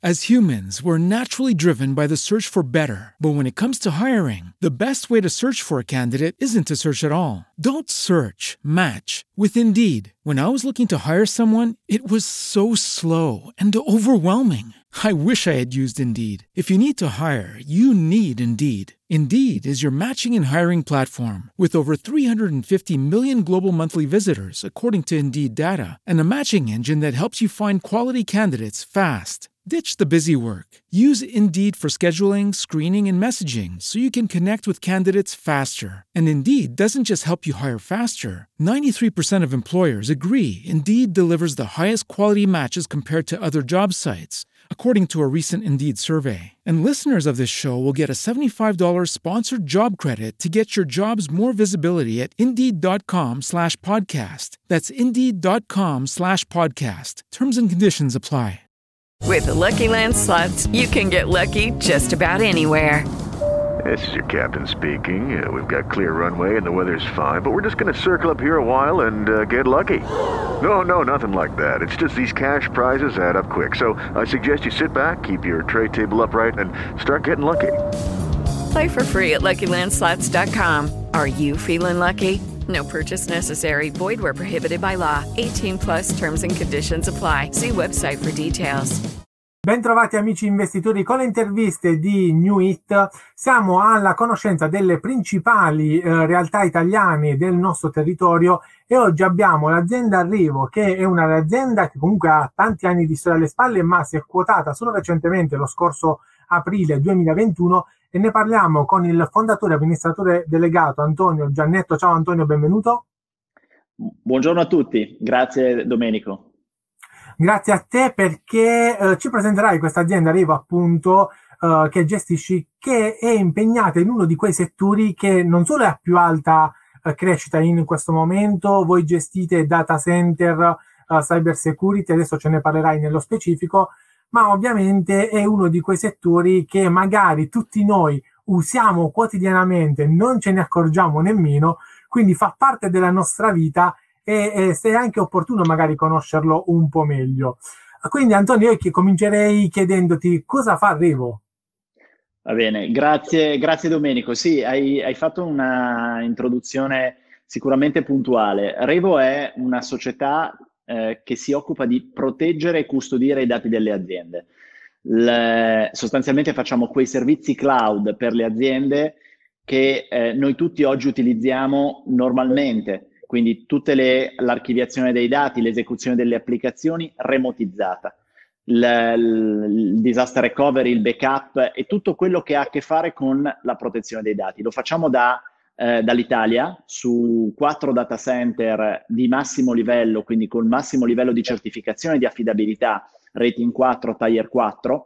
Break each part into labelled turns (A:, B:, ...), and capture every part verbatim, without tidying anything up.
A: As humans, we're naturally driven by the search for better. But when it comes to hiring, the best way to search for a candidate isn't to search at all. Don't search, match with Indeed. When I was looking to hire someone, it was so slow and overwhelming. I wish I had used Indeed. If you need to hire, you need Indeed. Indeed is your matching and hiring platform with over three hundred fifty million global monthly visitors, according to Indeed data, and a matching engine that helps you find quality candidates fast. Ditch the busy work. Use Indeed for scheduling, screening, and messaging so you can connect with candidates faster. And Indeed doesn't just help you hire faster. ninety-three percent of employers agree Indeed delivers the highest quality matches compared to other job sites, according to a recent Indeed survey. And listeners of this show will get a seventy-five dollars sponsored job credit to get your jobs more visibility at Indeed.com slash podcast. That's Indeed.com slash podcast. Terms and conditions apply.
B: With the Lucky Land Slots, you can get lucky just about anywhere.
C: This is your captain speaking. Uh, we've got clear runway and the weather's fine, but we're just going to circle up here a while and uh, get lucky. No, no, nothing like that. It's just these cash prizes add up quick. So I suggest you sit back, keep your tray table upright, and start getting lucky.
B: Play for free at Lucky Land Slots dot com. Are you feeling lucky? No purchase necessary. Void where prohibited by law. eighteen plus terms and conditions apply. See website for details.
D: Bentrovati amici investitori, con le interviste di Newit siamo alla conoscenza delle principali eh, realtà italiane del nostro territorio e oggi abbiamo l'azienda Revo, che è un'azienda che comunque ha tanti anni di storia alle spalle, ma si è quotata solo recentemente, lo scorso aprile duemilaventuno, e ne parliamo con il fondatore e amministratore delegato Antonio Giannetto. Ciao Antonio, benvenuto.
E: Buongiorno a tutti, grazie Domenico.
D: Grazie a te perché eh, ci presenterai questa azienda Revo, appunto, eh, che gestisci, che è impegnata in uno di quei settori che non solo è a più alta eh, crescita in questo momento. Voi gestite data center, eh, cyber security, adesso ce ne parlerai nello specifico, ma ovviamente è uno di quei settori che magari tutti noi usiamo quotidianamente, non ce ne accorgiamo nemmeno, quindi fa parte della nostra vita e, e se è anche opportuno magari conoscerlo un po' meglio. Quindi Antonio, io comincerei chiedendoti cosa fa Revo.
E: Va bene, grazie, grazie Domenico. Sì, hai, hai fatto una introduzione sicuramente puntuale. Revo è una società eh, che si occupa di proteggere e custodire i dati delle aziende. Le, sostanzialmente facciamo quei servizi cloud per le aziende che eh, noi tutti oggi utilizziamo normalmente. Quindi tutta l'archiviazione dei dati, l'esecuzione delle applicazioni remotizzata, il, il disaster recovery, il backup e tutto quello che ha a che fare con la protezione dei dati. Lo facciamo da, eh, dall'Italia su quattro data center di massimo livello, quindi con massimo livello di certificazione di affidabilità, rating quattro, tier quattro,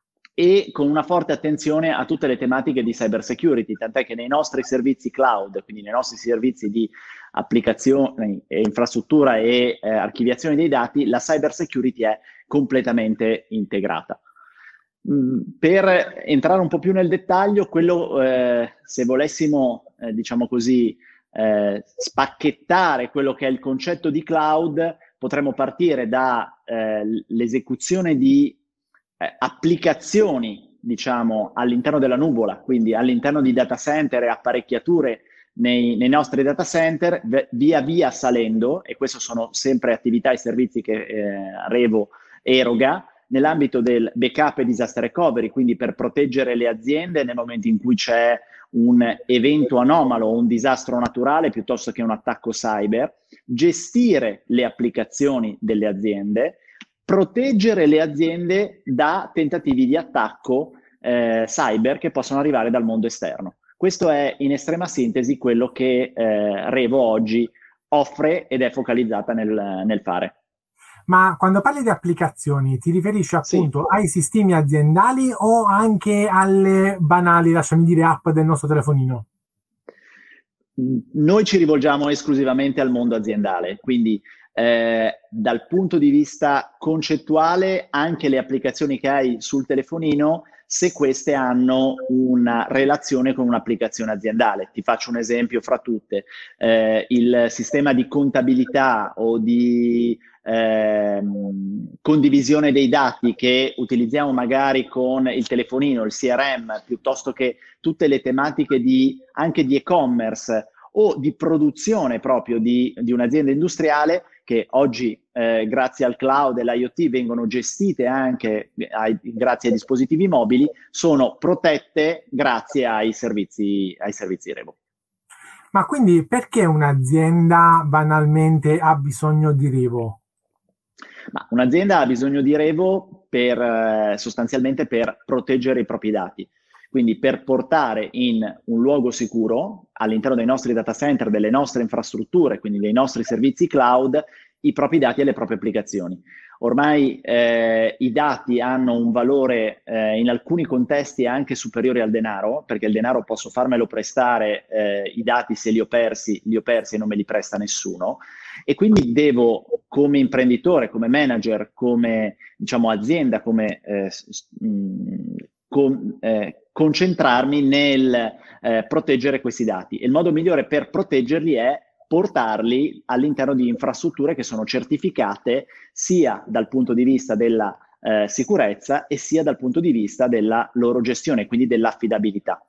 E: e con una forte attenzione a tutte le tematiche di cyber security, tant'è che nei nostri servizi cloud, quindi nei nostri servizi di applicazione e infrastruttura e eh, archiviazione dei dati, la cyber security è completamente integrata. Mm, per entrare un po' più nel dettaglio, quello, eh, se volessimo, eh, diciamo così, eh, spacchettare quello che è il concetto di cloud, potremmo partire dall'esecuzione eh, di eh, applicazioni, diciamo, all'interno della nuvola, quindi all'interno di data center e apparecchiature Nei, nei nostri data center, via via salendo, e queste sono sempre attività e servizi che eh, Revo eroga, nell'ambito del backup e disaster recovery, quindi per proteggere le aziende nel momento in cui c'è un evento anomalo o un disastro naturale piuttosto che un attacco cyber, gestire le applicazioni delle aziende, proteggere le aziende da tentativi di attacco eh, cyber che possono arrivare dal mondo esterno. Questo è in estrema sintesi quello che eh, Revo oggi offre ed è focalizzata nel, nel fare.
D: Ma quando parli di applicazioni ti riferisci appunto sì. ai sistemi aziendali o anche alle banali, lasciami dire, app del nostro telefonino?
E: Noi ci rivolgiamo esclusivamente al mondo aziendale, quindi eh, dal punto di vista concettuale anche le applicazioni che hai sul telefonino, se queste hanno una relazione con un'applicazione aziendale. Ti faccio un esempio fra tutte, eh, il sistema di contabilità o di ehm, condivisione dei dati che utilizziamo magari con il telefonino, il C R M, piuttosto che tutte le tematiche di, anche di e-commerce o di produzione proprio di, di un'azienda industriale, che oggi eh, grazie al cloud e all'IoT vengono gestite anche ai, grazie ai dispositivi mobili, sono protette grazie ai servizi, ai servizi Revo.
D: Ma quindi perché un'azienda banalmente ha bisogno di Revo?
E: Ma un'azienda ha bisogno di Revo per, eh, sostanzialmente per proteggere i propri dati. Quindi per portare in un luogo sicuro all'interno dei nostri data center, delle nostre infrastrutture, quindi dei nostri servizi cloud, i propri dati e le proprie applicazioni. Ormai eh, i dati hanno un valore eh, in alcuni contesti anche superiore al denaro, perché il denaro posso farmelo prestare, eh, i dati se li ho persi, li ho persi e non me li presta nessuno. E quindi devo, come imprenditore, come manager, come diciamo azienda, come eh, mh, con, eh, concentrarmi nel eh, proteggere questi dati. E il modo migliore per proteggerli è portarli all'interno di infrastrutture che sono certificate sia dal punto di vista della eh, sicurezza e sia dal punto di vista della loro gestione, quindi dell'affidabilità.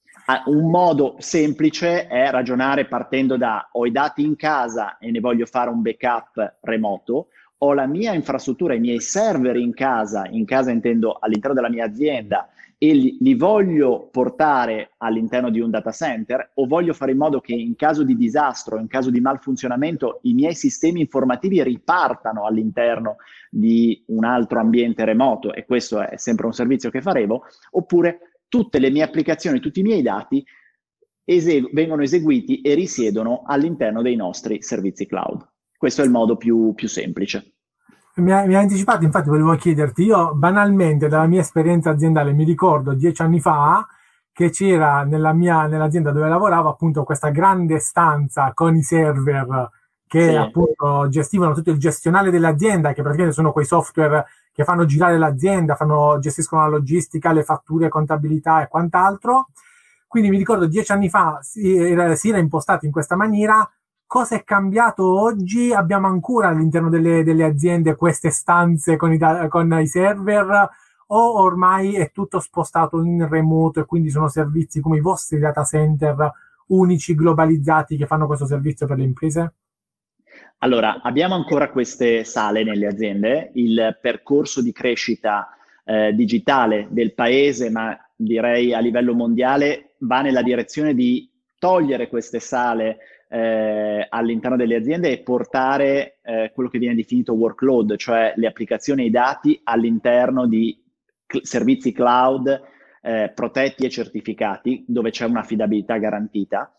E: Un modo semplice è ragionare partendo da: ho i dati in casa e ne voglio fare un backup remoto, ho la mia infrastruttura, i miei server in casa, in casa intendo all'interno della mia azienda, e li, li voglio portare all'interno di un data center, o voglio fare in modo che in caso di disastro, in caso di malfunzionamento, i miei sistemi informativi ripartano all'interno di un altro ambiente remoto, e questo è sempre un servizio che faremo, oppure tutte le mie applicazioni, tutti i miei dati esegu- vengono eseguiti e risiedono all'interno dei nostri servizi cloud. Questo è il modo più, più semplice.
D: Mi ha, mi ha anticipato, infatti volevo chiederti, io banalmente dalla mia esperienza aziendale mi ricordo dieci anni fa che c'era nella mia, nell'azienda dove lavoravo appunto questa grande stanza con i server che sì. appunto gestivano tutto il gestionale dell'azienda, che praticamente sono quei software che fanno girare l'azienda, fanno, gestiscono la logistica, le fatture, contabilità e quant'altro. Quindi mi ricordo dieci anni fa si era, si era impostato in questa maniera. Cosa è cambiato oggi? Abbiamo ancora all'interno delle, delle aziende queste stanze con i, con i server, o ormai è tutto spostato in remoto e quindi sono servizi come i vostri data center unici, globalizzati, che fanno questo servizio per le imprese?
E: Allora, abbiamo ancora queste sale nelle aziende. Il percorso di crescita eh, digitale del paese, ma direi a livello mondiale, va nella direzione di togliere queste sale Eh, all'interno delle aziende e portare eh, quello che viene definito workload, cioè le applicazioni e i dati all'interno di cl- servizi cloud eh, protetti e certificati, dove c'è un'affidabilità garantita.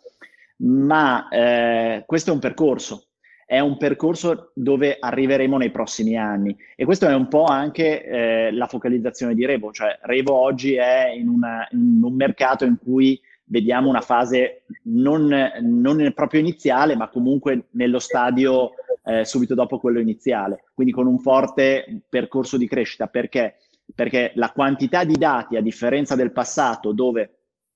E: Ma eh, questo è un percorso, è un percorso dove arriveremo nei prossimi anni, e questo è un po' anche eh, la focalizzazione di Revo, cioè Revo oggi è in, una, in un mercato in cui vediamo una fase non, non proprio iniziale, ma comunque nello stadio eh, subito dopo quello iniziale, quindi con un forte percorso di crescita. Perché? Perché la quantità di dati, a differenza del passato, dove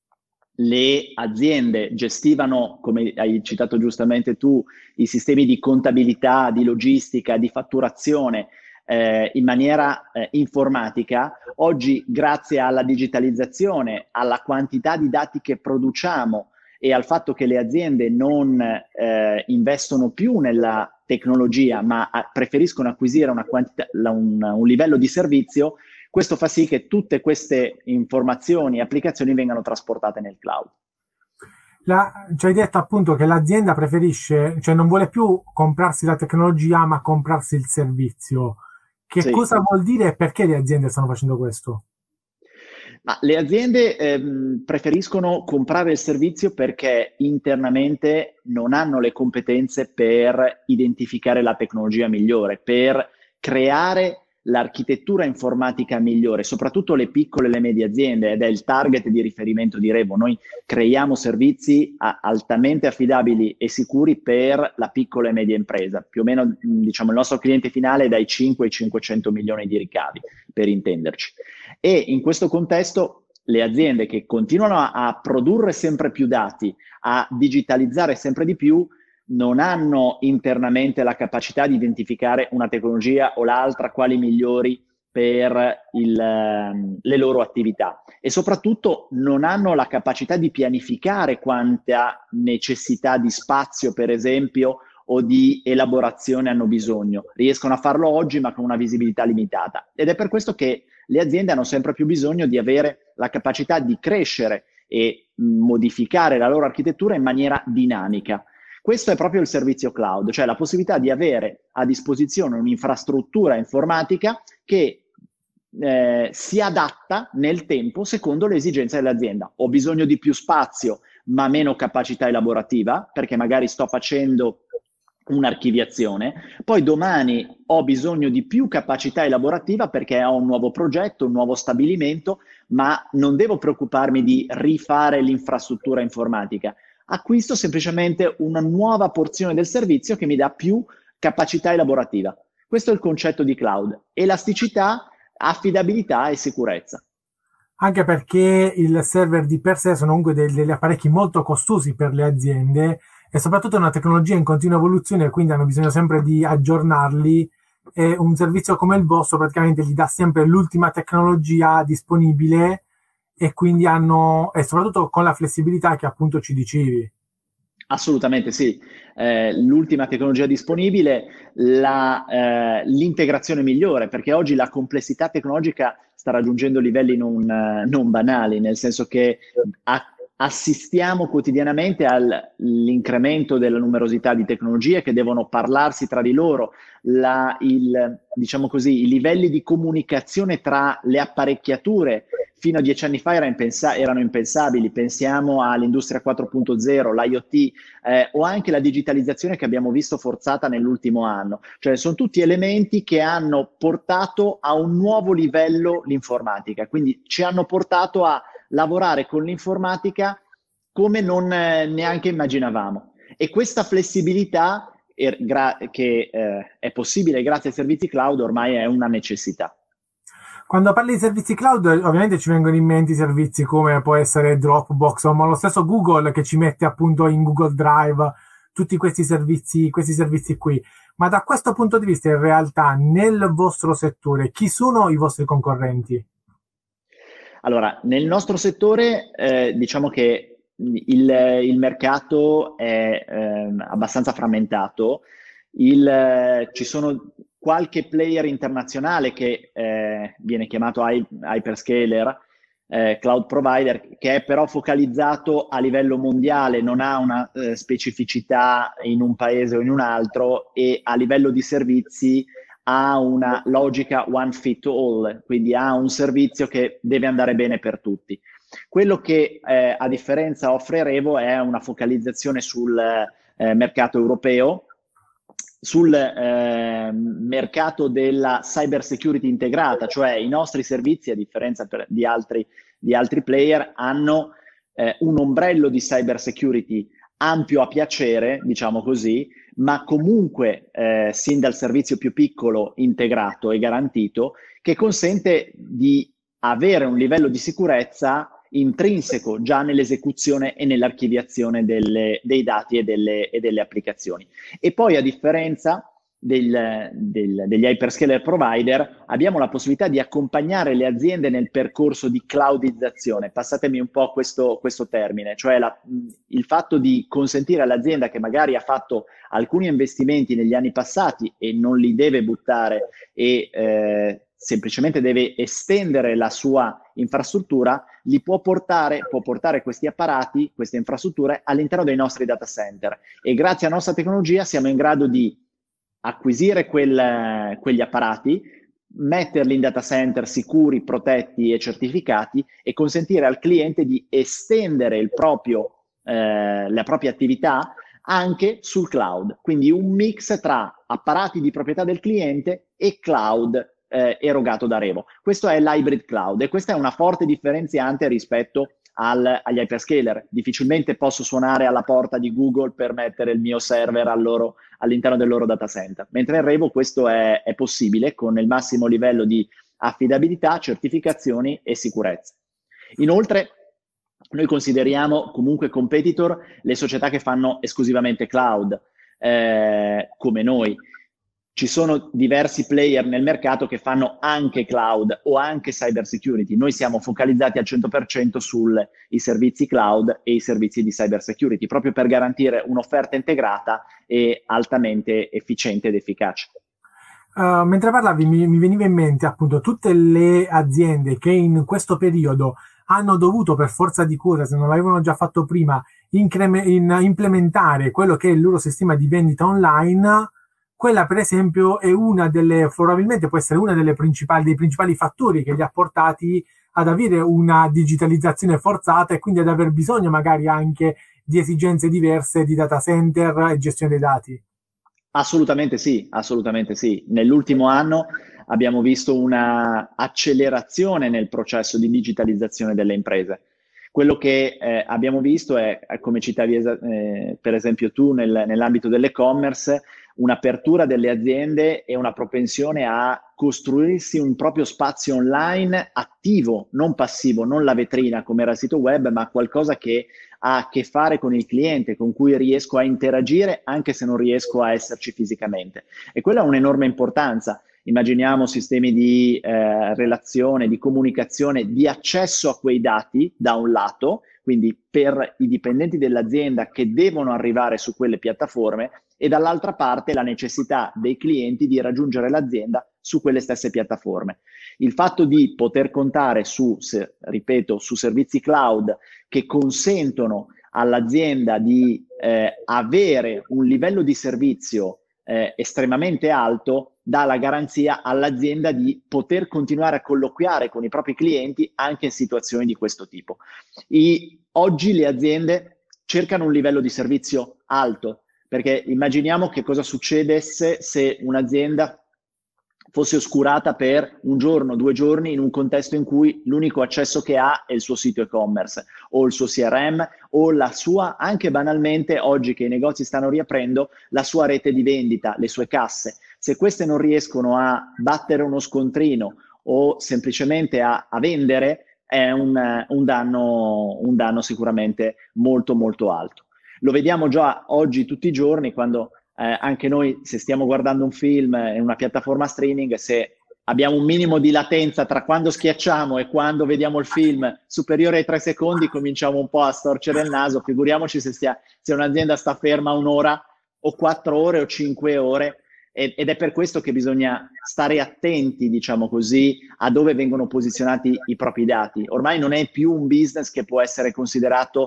E: le aziende gestivano, come hai citato giustamente tu, i sistemi di contabilità, di logistica, di fatturazione, Eh, in maniera eh, informatica, oggi grazie alla digitalizzazione, alla quantità di dati che produciamo e al fatto che le aziende non eh, investono più nella tecnologia, ma a, preferiscono acquisire una quantità, la, un, un livello di servizio, questo fa sì che tutte queste informazioni e applicazioni vengano trasportate nel cloud.
D: La, ci hai detto appunto che l'azienda preferisce, cioè non vuole più comprarsi la tecnologia, ma comprarsi il servizio. Che sì. Cosa vuol dire e perché le aziende stanno facendo questo?
E: Ma le aziende ehm, preferiscono comprare il servizio perché internamente non hanno le competenze per identificare la tecnologia migliore, per creare l'architettura informatica migliore, soprattutto le piccole e le medie aziende, ed è il target di riferimento di Revo. Noi creiamo servizi a, altamente affidabili e sicuri per la piccola e media impresa. Più o meno, diciamo, il nostro cliente finale è dai cinque ai cinquecento milioni di ricavi, per intenderci. E in questo contesto le aziende che continuano a, a produrre sempre più dati, a digitalizzare sempre di più, non hanno internamente la capacità di identificare una tecnologia o l'altra quali migliori per il, um, le loro attività, e soprattutto non hanno la capacità di pianificare quanta necessità di spazio, per esempio, o di elaborazione hanno bisogno. Riescono a farlo oggi ma con una visibilità limitata, ed è per questo che le aziende hanno sempre più bisogno di avere la capacità di crescere e modificare la loro architettura in maniera dinamica. Questo è proprio il servizio cloud, cioè la possibilità di avere a disposizione un'infrastruttura informatica che eh, si adatta nel tempo secondo le esigenze dell'azienda. Ho bisogno di più spazio ma meno capacità elaborativa, perché magari sto facendo un'archiviazione, poi domani ho bisogno di più capacità elaborativa perché ho un nuovo progetto, un nuovo stabilimento, ma non devo preoccuparmi di rifare l'infrastruttura informatica. Acquisto semplicemente una nuova porzione del servizio che mi dà più capacità elaborativa. Questo è il concetto di cloud: elasticità, affidabilità e sicurezza.
D: Anche perché il server di per sé sono comunque degli, degli apparecchi molto costosi per le aziende, e soprattutto è una tecnologia in continua evoluzione, quindi hanno bisogno sempre di aggiornarli, e un servizio come il vostro praticamente gli dà sempre l'ultima tecnologia disponibile, e quindi hanno, e soprattutto con la flessibilità che appunto ci dicevi.
E: Assolutamente sì, eh, l'ultima tecnologia disponibile, la, eh, l'integrazione migliore, perché oggi la complessità tecnologica sta raggiungendo livelli non, non banali, nel senso che a, assistiamo quotidianamente all'incremento della numerosità di tecnologie che devono parlarsi tra di loro, la, il, diciamo così, i livelli di comunicazione tra le apparecchiature fino a dieci anni fa era impensa- erano impensabili. Pensiamo all'industria quattro punto zero, l'IoT eh, o anche la digitalizzazione che abbiamo visto forzata nell'ultimo anno. Cioè sono tutti elementi che hanno portato a un nuovo livello l'informatica, quindi ci hanno portato a lavorare con l'informatica come non eh, neanche immaginavamo. E questa flessibilità er, gra- che eh, è possibile grazie ai servizi cloud ormai è una necessità.
D: Quando parli di servizi cloud, ovviamente ci vengono in mente i servizi come può essere Dropbox, ma lo stesso Google che ci mette appunto in Google Drive tutti questi servizi, questi servizi qui. Ma da questo punto di vista, in realtà, nel vostro settore, chi sono i vostri concorrenti?
E: Allora, nel nostro settore, eh, diciamo che il, il mercato è eh, abbastanza frammentato. Il, eh, ci sono qualche player internazionale che eh, viene chiamato hy- hyperscaler, eh, cloud provider, che è però focalizzato a livello mondiale, non ha una eh, specificità in un paese o in un altro, e a livello di servizi ha una logica one fit all, quindi ha un servizio che deve andare bene per tutti. Quello che eh, a differenza offre Revo è una focalizzazione sul eh, mercato europeo, sul eh, mercato della cyber security integrata, cioè i nostri servizi, a differenza per, di, altri, di altri player, hanno eh, un ombrello di cyber security ampio a piacere, diciamo così, ma comunque eh, sin dal servizio più piccolo integrato e garantito, che consente di avere un livello di sicurezza intrinseco già nell'esecuzione e nell'archiviazione delle, dei dati e delle, e delle applicazioni. E poi, a differenza del, del, degli hyperscaler provider, abbiamo la possibilità di accompagnare le aziende nel percorso di cloudizzazione. Passatemi un po' questo, questo termine, cioè la, il fatto di consentire all'azienda che magari ha fatto alcuni investimenti negli anni passati e non li deve buttare e eh, semplicemente deve estendere la sua infrastruttura, li può portare, può portare questi apparati, queste infrastrutture all'interno dei nostri data center, e grazie alla nostra tecnologia siamo in grado di acquisire quel, quegli apparati, metterli in data center sicuri, protetti e certificati, e consentire al cliente di estendere il proprio, eh, la propria attività anche sul cloud. Quindi un mix tra apparati di proprietà del cliente e cloud eh, erogato da Revo. Questo è l'hybrid cloud e questa è una forte differenziante rispetto al, agli hyperscaler. Difficilmente posso suonare alla porta di Google per mettere il mio server al loro, all'interno del loro data center, mentre in Revo questo è, è possibile con il massimo livello di affidabilità, certificazioni e sicurezza. Inoltre, noi consideriamo comunque competitor le società che fanno esclusivamente cloud, eh, come noi. Ci sono diversi player nel mercato che fanno anche cloud o anche cyber security. Noi siamo focalizzati al cento per cento sui servizi cloud e i servizi di cyber security, proprio per garantire un'offerta integrata e altamente efficiente ed efficace.
D: Uh, mentre parlavi mi, mi veniva in mente appunto tutte le aziende che in questo periodo hanno dovuto per forza di cose, se non l'avevano già fatto prima, increme- in, implementare quello che è il loro sistema di vendita online. Quella per esempio è una delle, probabilmente può essere una delle principali, dei principali fattori che li ha portati ad avere una digitalizzazione forzata e quindi ad aver bisogno magari anche di esigenze diverse di data center e gestione dei dati.
E: Assolutamente sì, assolutamente sì. Nell'ultimo anno abbiamo visto una accelerazione nel processo di digitalizzazione delle imprese. Quello che eh, abbiamo visto è, come citavi eh, per esempio tu nel, nell'ambito dell'e-commerce, un'apertura delle aziende e una propensione a costruirsi un proprio spazio online attivo, non passivo, non la vetrina come era il sito web, ma qualcosa che ha a che fare con il cliente, con cui riesco a interagire anche se non riesco a esserci fisicamente. E quella ha un'enorme importanza. Immaginiamo sistemi di eh, relazione, di comunicazione, di accesso a quei dati da un lato, quindi per i dipendenti dell'azienda che devono arrivare su quelle piattaforme, e dall'altra parte la necessità dei clienti di raggiungere l'azienda su quelle stesse piattaforme. Il fatto di poter contare su, se, ripeto, su servizi cloud che consentono all'azienda di eh, avere un livello di servizio eh, estremamente alto dà la garanzia all'azienda di poter continuare a colloquiare con i propri clienti anche in situazioni di questo tipo. I, oggi le aziende cercano un livello di servizio alto, perché immaginiamo che cosa succedesse se un'azienda fosse oscurata per un giorno, due giorni in un contesto in cui l'unico accesso che ha è il suo sito e-commerce o il suo C R M o la sua, anche banalmente oggi che i negozi stanno riaprendo, la sua rete di vendita, le sue casse. Se queste non riescono a battere uno scontrino o semplicemente a, a vendere, è un, un, danno, un danno sicuramente molto molto alto. Lo vediamo già oggi tutti i giorni quando eh, anche noi, se stiamo guardando un film in una piattaforma streaming, se abbiamo un minimo di latenza tra quando schiacciamo e quando vediamo il film superiore ai tre secondi, cominciamo un po' a storcere il naso. Figuriamoci se, stia, se un'azienda sta ferma un'ora o quattro ore o cinque ore, ed è per questo che bisogna stare attenti, diciamo così, a dove vengono posizionati i propri dati. Ormai non è più un business che può essere considerato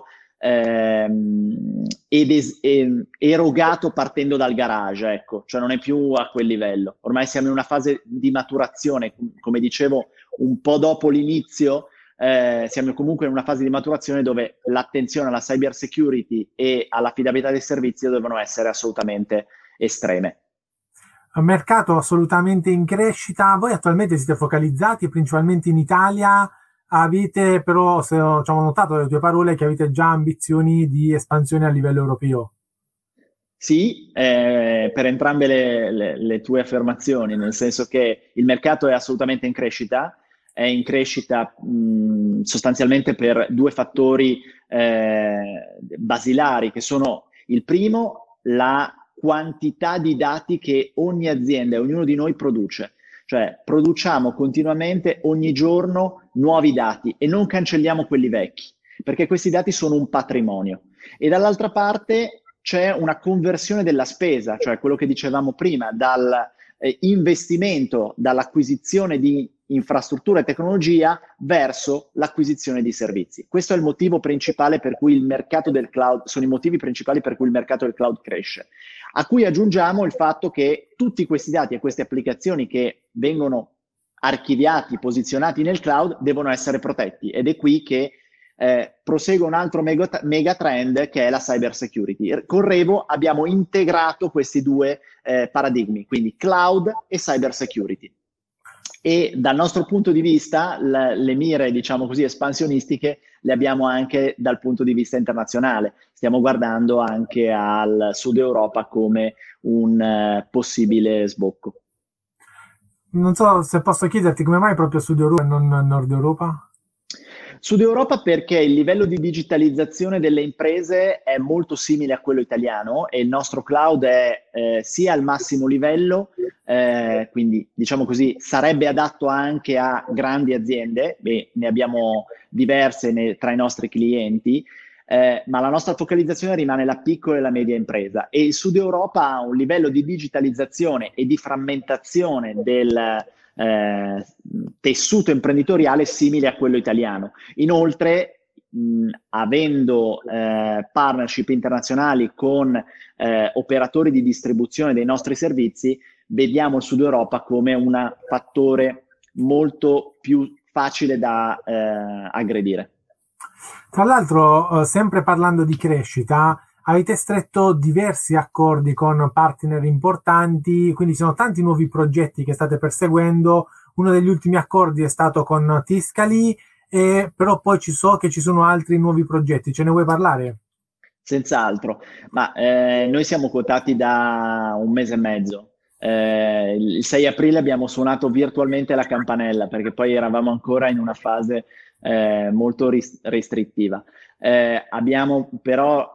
E: Ehm, ed es- e- erogato partendo dal garage, ecco, cioè non è più a quel livello. Ormai siamo in una fase di maturazione, come dicevo, un po' dopo l'inizio, eh, siamo comunque in una fase di maturazione dove l'attenzione alla cyber security e all'affidabilità del servizio devono essere assolutamente estreme.
D: Un mercato assolutamente in crescita. Voi attualmente siete focalizzati principalmente in Italia. Avete però, se ci ho notato dalle tue parole, che avete già ambizioni di espansione a livello europeo.
E: Sì, eh, per entrambe le, le, le tue affermazioni, nel senso che il mercato è assolutamente in crescita, è in crescita mh, sostanzialmente per due fattori eh, basilari, che sono il primo, la quantità di dati che ogni azienda e ognuno di noi produce. Cioè produciamo continuamente ogni giorno nuovi dati e non cancelliamo quelli vecchi, perché questi dati sono un patrimonio. E dall'altra parte c'è una conversione della spesa, cioè quello che dicevamo prima, dal eh, investimento, dall'acquisizione di infrastruttura e tecnologia verso l'acquisizione di servizi. Questo è il motivo principale per cui il mercato del cloud, sono i motivi principali per cui il mercato del cloud cresce. A cui aggiungiamo il fatto che tutti questi dati e queste applicazioni che vengono archiviati, posizionati nel cloud, devono essere protetti, ed è qui che eh, prosegue un altro mega, mega trend, che è la cyber security. Con Revo abbiamo integrato questi due eh, paradigmi, quindi cloud e cyber security. e dal nostro punto di vista l- le mire, diciamo così, espansionistiche le abbiamo anche dal punto di vista internazionale. Stiamo guardando anche al Sud Europa come un eh, possibile sbocco.
D: Non so se posso chiederti come mai proprio Sud Europa e non Nord Europa?
E: Sud Europa perché il livello di digitalizzazione delle imprese è molto simile a quello italiano e il nostro cloud è eh, sia al massimo livello, eh, quindi diciamo così sarebbe adatto anche a grandi aziende, beh, ne abbiamo diverse ne, tra i nostri clienti, eh, ma la nostra focalizzazione rimane la piccola e la media impresa e il Sud Europa ha un livello di digitalizzazione e di frammentazione del Eh, tessuto imprenditoriale simile a quello italiano. Inoltre, mh, avendo eh, partnership internazionali con eh, operatori di distribuzione dei nostri servizi, vediamo il Sud Europa come un fattore molto più facile da eh, aggredire.
D: Tra l'altro, eh, sempre parlando di crescita, avete stretto diversi accordi con partner importanti, quindi ci sono tanti nuovi progetti che state perseguendo. Uno degli ultimi accordi è stato con Tiscali, e però poi ci so che ci sono altri nuovi progetti. Ce ne vuoi parlare?
E: Senz'altro, ma eh, noi siamo quotati da un mese e mezzo. Eh, il sei aprile abbiamo suonato virtualmente la campanella perché poi eravamo ancora in una fase eh, molto ris- restrittiva. Eh, abbiamo però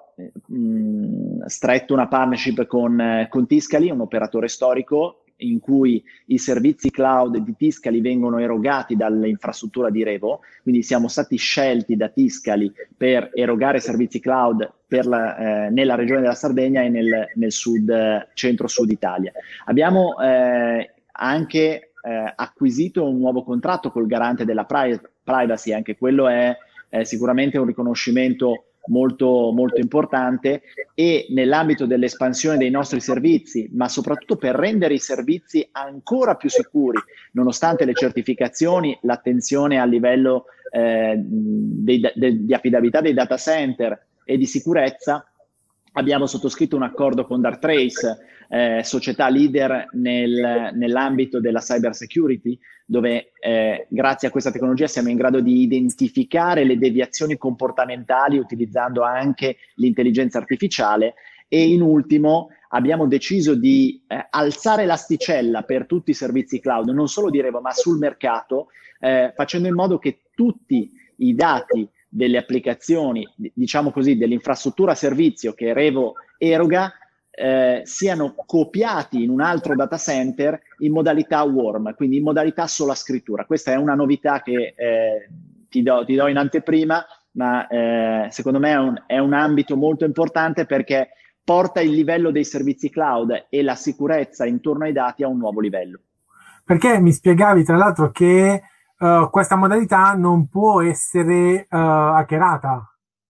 E: mh, stretto una partnership con, con Tiscali, un operatore storico in cui i servizi cloud di Tiscali vengono erogati dall'infrastruttura di Revo, quindi siamo stati scelti da Tiscali per erogare servizi cloud per la, eh, nella regione della Sardegna e nel, nel sud, centro-sud Italia. Abbiamo eh, anche eh, acquisito un nuovo contratto col garante della pri- privacy, anche quello è eh, sicuramente un riconoscimento molto, molto importante e nell'ambito dell'espansione dei nostri servizi, ma soprattutto per rendere i servizi ancora più sicuri, nonostante le certificazioni, l'attenzione a livello eh, dei, de, di affidabilità dei data center e di sicurezza, abbiamo sottoscritto un accordo con Darktrace, eh, società leader nel, nell'ambito della cyber security, dove eh, grazie a questa tecnologia siamo in grado di identificare le deviazioni comportamentali utilizzando anche l'intelligenza artificiale e in ultimo abbiamo deciso di eh, alzare l'asticella per tutti i servizi cloud, non solo di Revo ma sul mercato, eh, facendo in modo che tutti i dati delle applicazioni, diciamo così, dell'infrastruttura servizio che Revo eroga eh, siano copiati in un altro data center in modalità warm, quindi in modalità sola scrittura. Questa è una novità che eh, ti, do, ti do in anteprima, ma eh, secondo me è un, è un ambito molto importante perché porta il livello dei servizi cloud e la sicurezza intorno ai dati a un nuovo livello.
D: Perché mi spiegavi tra l'altro che Uh, questa modalità non può essere uh, hackerata.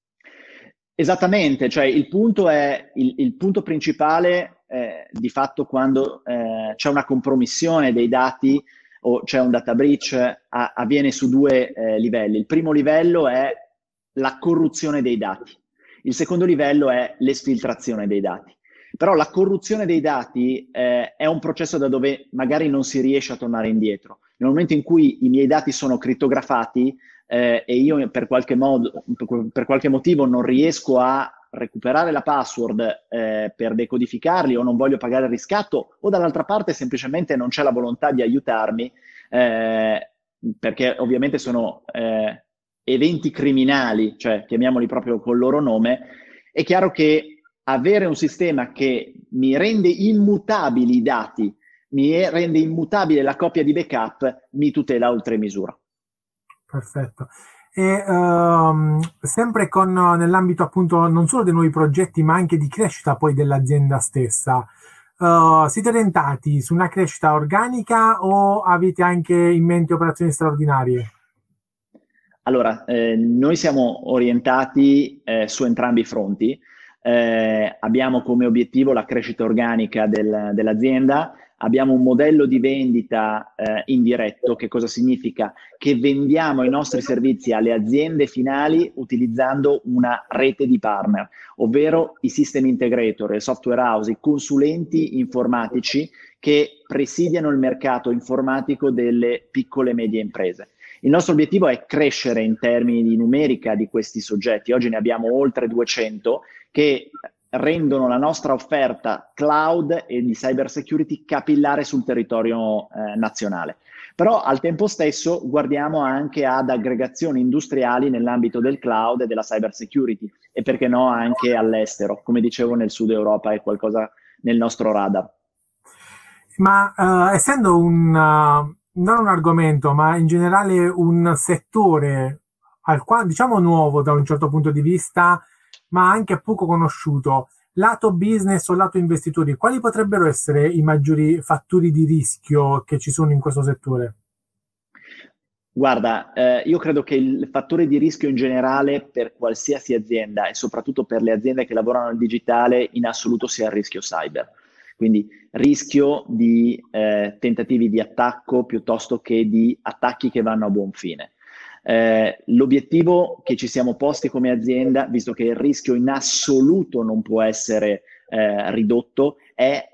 E: Esattamente, cioè il punto è il, il punto principale eh, di fatto quando eh, c'è una compromissione dei dati o c'è un data breach a, avviene su due eh, livelli. Il primo livello è la corruzione dei dati, il secondo livello è l'esfiltrazione dei dati. Però la corruzione dei dati eh, è un processo da dove magari non si riesce a tornare indietro. Nel momento in cui i miei dati sono crittografati eh, e io per qualche, modo, per qualche motivo non riesco a recuperare la password eh, per decodificarli o non voglio pagare il riscatto o dall'altra parte semplicemente non c'è la volontà di aiutarmi eh, perché ovviamente sono eh, eventi criminali, cioè chiamiamoli proprio col loro nome, è chiaro che avere un sistema che mi rende immutabili i dati, mi rende immutabile la copia di backup, mi tutela oltre misura.
D: Perfetto. E um, sempre con nell'ambito appunto non solo dei nuovi progetti, ma anche di crescita poi dell'azienda stessa, uh, siete orientati su una crescita organica o avete anche in mente operazioni straordinarie?
E: Allora, eh, noi siamo orientati eh, su entrambi i fronti. Eh, abbiamo come obiettivo la crescita organica del, dell'azienda, abbiamo un modello di vendita eh, indiretto. Che cosa significa? Che vendiamo i nostri servizi alle aziende finali utilizzando una rete di partner, ovvero i system integrator, i software house, i consulenti informatici che presidiano il mercato informatico delle piccole e medie imprese. Il nostro obiettivo è crescere in termini di numerica di questi soggetti. Oggi ne abbiamo oltre duecento che rendono la nostra offerta cloud e di cyber security capillare sul territorio eh, nazionale. Però al tempo stesso guardiamo anche ad aggregazioni industriali nell'ambito del cloud e della cyber security e perché no anche all'estero. Come dicevo, nel sud Europa è qualcosa nel nostro radar.
D: Ma uh, essendo un, uh, non un argomento, ma in generale un settore al quale, diciamo, nuovo da un certo punto di vista, ma anche poco conosciuto, lato business o lato investitori, quali potrebbero essere i maggiori fattori di rischio che ci sono in questo settore?
E: Guarda, eh, io credo che il fattore di rischio in generale per qualsiasi azienda e soprattutto per le aziende che lavorano nel digitale in assoluto sia il rischio cyber. Quindi rischio di eh, tentativi di attacco piuttosto che di attacchi che vanno a buon fine. Eh, l'obiettivo che ci siamo posti come azienda, visto che il rischio in assoluto non può essere eh, ridotto, è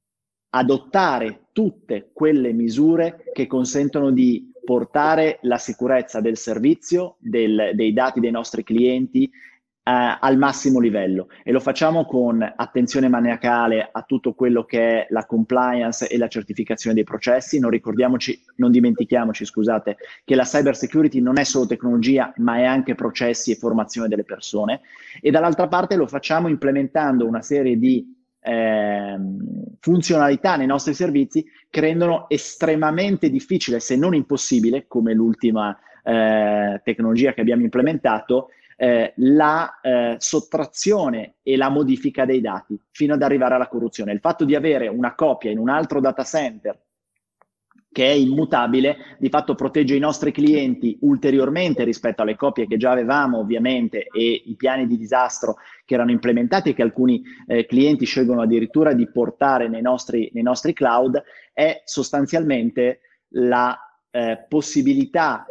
E: adottare tutte quelle misure che consentono di portare la sicurezza del servizio, del, dei dati dei nostri clienti Uh, al massimo livello, e lo facciamo con attenzione maniacale a tutto quello che è la compliance e la certificazione dei processi. Non ricordiamoci, non dimentichiamoci, scusate, che la cyber security non è solo tecnologia, ma è anche processi e formazione delle persone, e dall'altra parte lo facciamo implementando una serie di eh, funzionalità nei nostri servizi che rendono estremamente difficile, se non impossibile, come l'ultima eh, tecnologia che abbiamo implementato, Eh, la eh, sottrazione e la modifica dei dati fino ad arrivare alla corruzione. Il fatto di avere una copia in un altro data center che è immutabile, di fatto protegge i nostri clienti ulteriormente rispetto alle copie che già avevamo, ovviamente, e i piani di disastro che erano implementati e che alcuni eh, clienti scelgono addirittura di portare nei nostri, nei nostri cloud. È sostanzialmente la eh, possibilità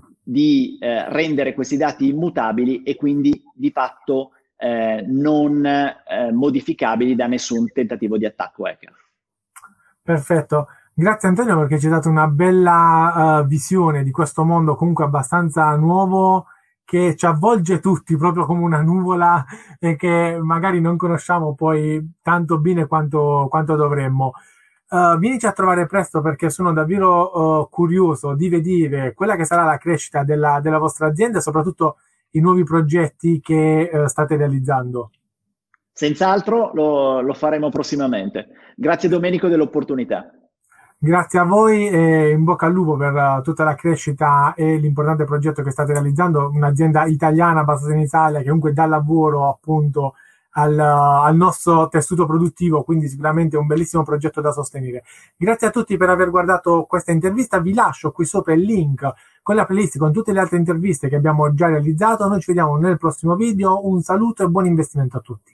E: di eh, rendere questi dati immutabili e quindi di fatto eh, non eh, modificabili da nessun tentativo di attacco hacker.
D: Perfetto, grazie Antonio, perché ci hai dato una bella uh, visione di questo mondo comunque abbastanza nuovo, che ci avvolge tutti proprio come una nuvola e che magari non conosciamo poi tanto bene quanto, quanto dovremmo. Uh, vienici a trovare presto, perché sono davvero uh, curioso di vedere quella che sarà la crescita della, della vostra azienda e soprattutto i nuovi progetti che uh, state realizzando.
E: Senz'altro lo, lo faremo prossimamente. Grazie Domenico dell'opportunità.
D: Grazie a voi e in bocca al lupo per uh, tutta la crescita e l'importante progetto che state realizzando. Un'azienda italiana basata in Italia che comunque dà lavoro appunto Al, al nostro tessuto produttivo, quindi sicuramente un bellissimo progetto da sostenere. Grazie a tutti per aver guardato questa intervista, vi lascio qui sopra il link con la playlist con tutte le altre interviste che abbiamo già realizzato. Noi ci vediamo nel prossimo video, un saluto e buon investimento a tutti.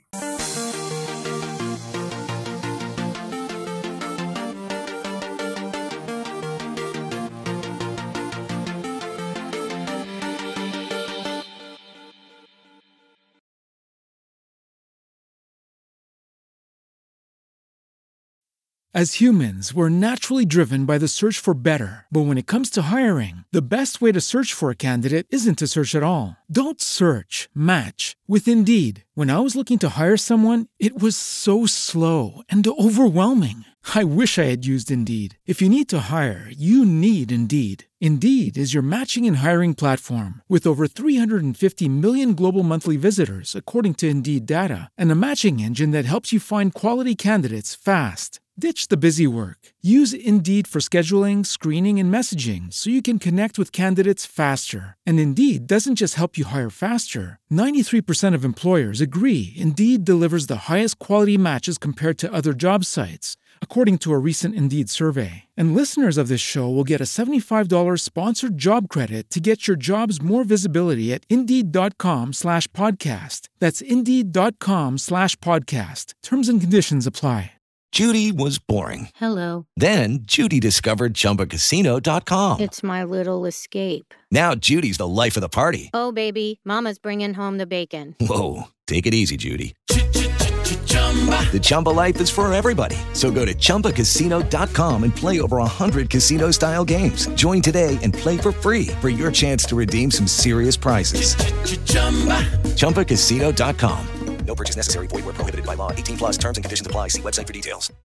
A: As humans, we're naturally driven by the search for better. But when it comes to hiring, the best way to search for a candidate isn't to search at all. Don't search, match with Indeed. When I was looking to hire someone, it was so slow and overwhelming. I wish I had used Indeed. If you need to hire, you need Indeed. Indeed is your matching and hiring platform with over three hundred fifty million global monthly visitors, according to Indeed data, and a matching engine that helps you find quality candidates fast. Ditch the busy work. Use Indeed for scheduling, screening, and messaging so you can connect with candidates faster. And Indeed doesn't just help you hire faster. ninety-three percent of employers agree Indeed delivers the highest quality matches compared to other job sites, according to a recent Indeed survey. And listeners of this show will get a seventy-five dollars sponsored job credit to get your jobs more visibility at Indeed.com slash podcast. That's Indeed.com slash podcast. Terms and conditions apply.
F: Judy was boring.
G: Hello.
F: Then Judy discovered Chumba Casino dot com.
G: It's my little escape.
F: Now Judy's the life of the party.
G: Oh, baby, mama's bringing home the bacon.
F: Whoa, take it easy, Judy. The Chumba life is for everybody. So go to Chumba Casino dot com and play over one hundred casino-style games. Join today and play for free for your chance to redeem some serious prizes. Chumba Casino dot com. No purchase necessary. Void where prohibited by law. eighteen plus terms and conditions apply. See website for details.